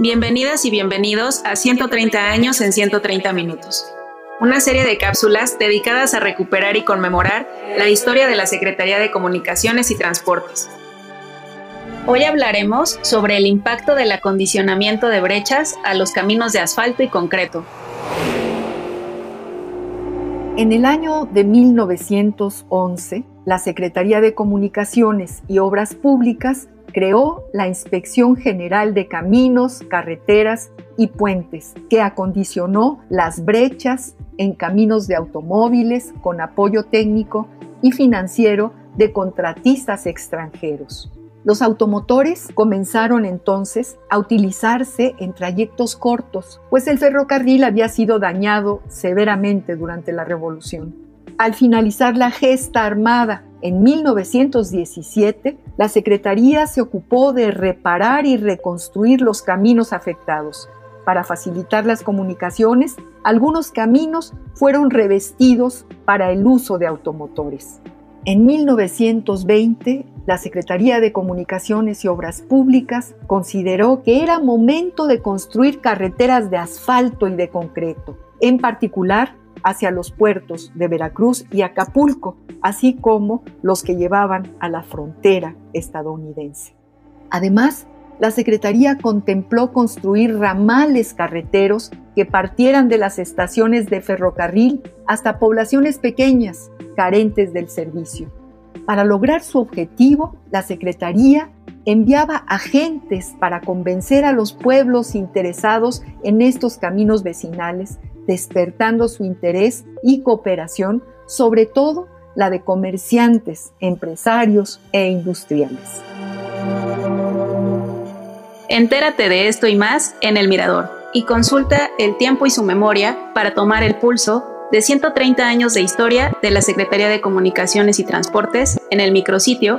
Bienvenidas y bienvenidos a 130 años en 130 minutos, una serie de cápsulas dedicadas a recuperar y conmemorar la historia de la Secretaría de Comunicaciones y Transportes. Hoy hablaremos sobre el impacto del acondicionamiento de brechas a los caminos de asfalto y concreto. En el año de 1911, la Secretaría de Comunicaciones y Obras Públicas creó la Inspección General de Caminos, Carreteras y Puentes, que acondicionó las brechas en caminos de automóviles con apoyo técnico y financiero de contratistas extranjeros. Los automotores comenzaron entonces a utilizarse en trayectos cortos, pues el ferrocarril había sido dañado severamente durante la Revolución. Al finalizar la gesta armada en 1917, la Secretaría se ocupó de reparar y reconstruir los caminos afectados. Para facilitar las comunicaciones, algunos caminos fueron revestidos para el uso de automotores. En 1920, la Secretaría de Comunicaciones y Obras Públicas consideró que era momento de construir carreteras de asfalto y de concreto, en particular hacia los puertos de Veracruz y Acapulco, así como los que llevaban a la frontera estadounidense. Además, la Secretaría contempló construir ramales carreteros que partieran de las estaciones de ferrocarril hasta poblaciones pequeñas, carentes del servicio. Para lograr su objetivo, la Secretaría enviaba agentes para convencer a los pueblos interesados en estos caminos vecinales, despertando su interés y cooperación, sobre todo la de comerciantes, empresarios e industriales. Entérate de esto y más en El Mirador y consulta El Tiempo y su Memoria para tomar el pulso de 130 años de historia de la Secretaría de Comunicaciones y Transportes en el micrositio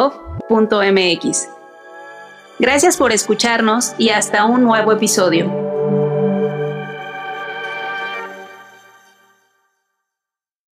elmirador.sct.gov.mx. Gracias por escucharnos y hasta un nuevo episodio.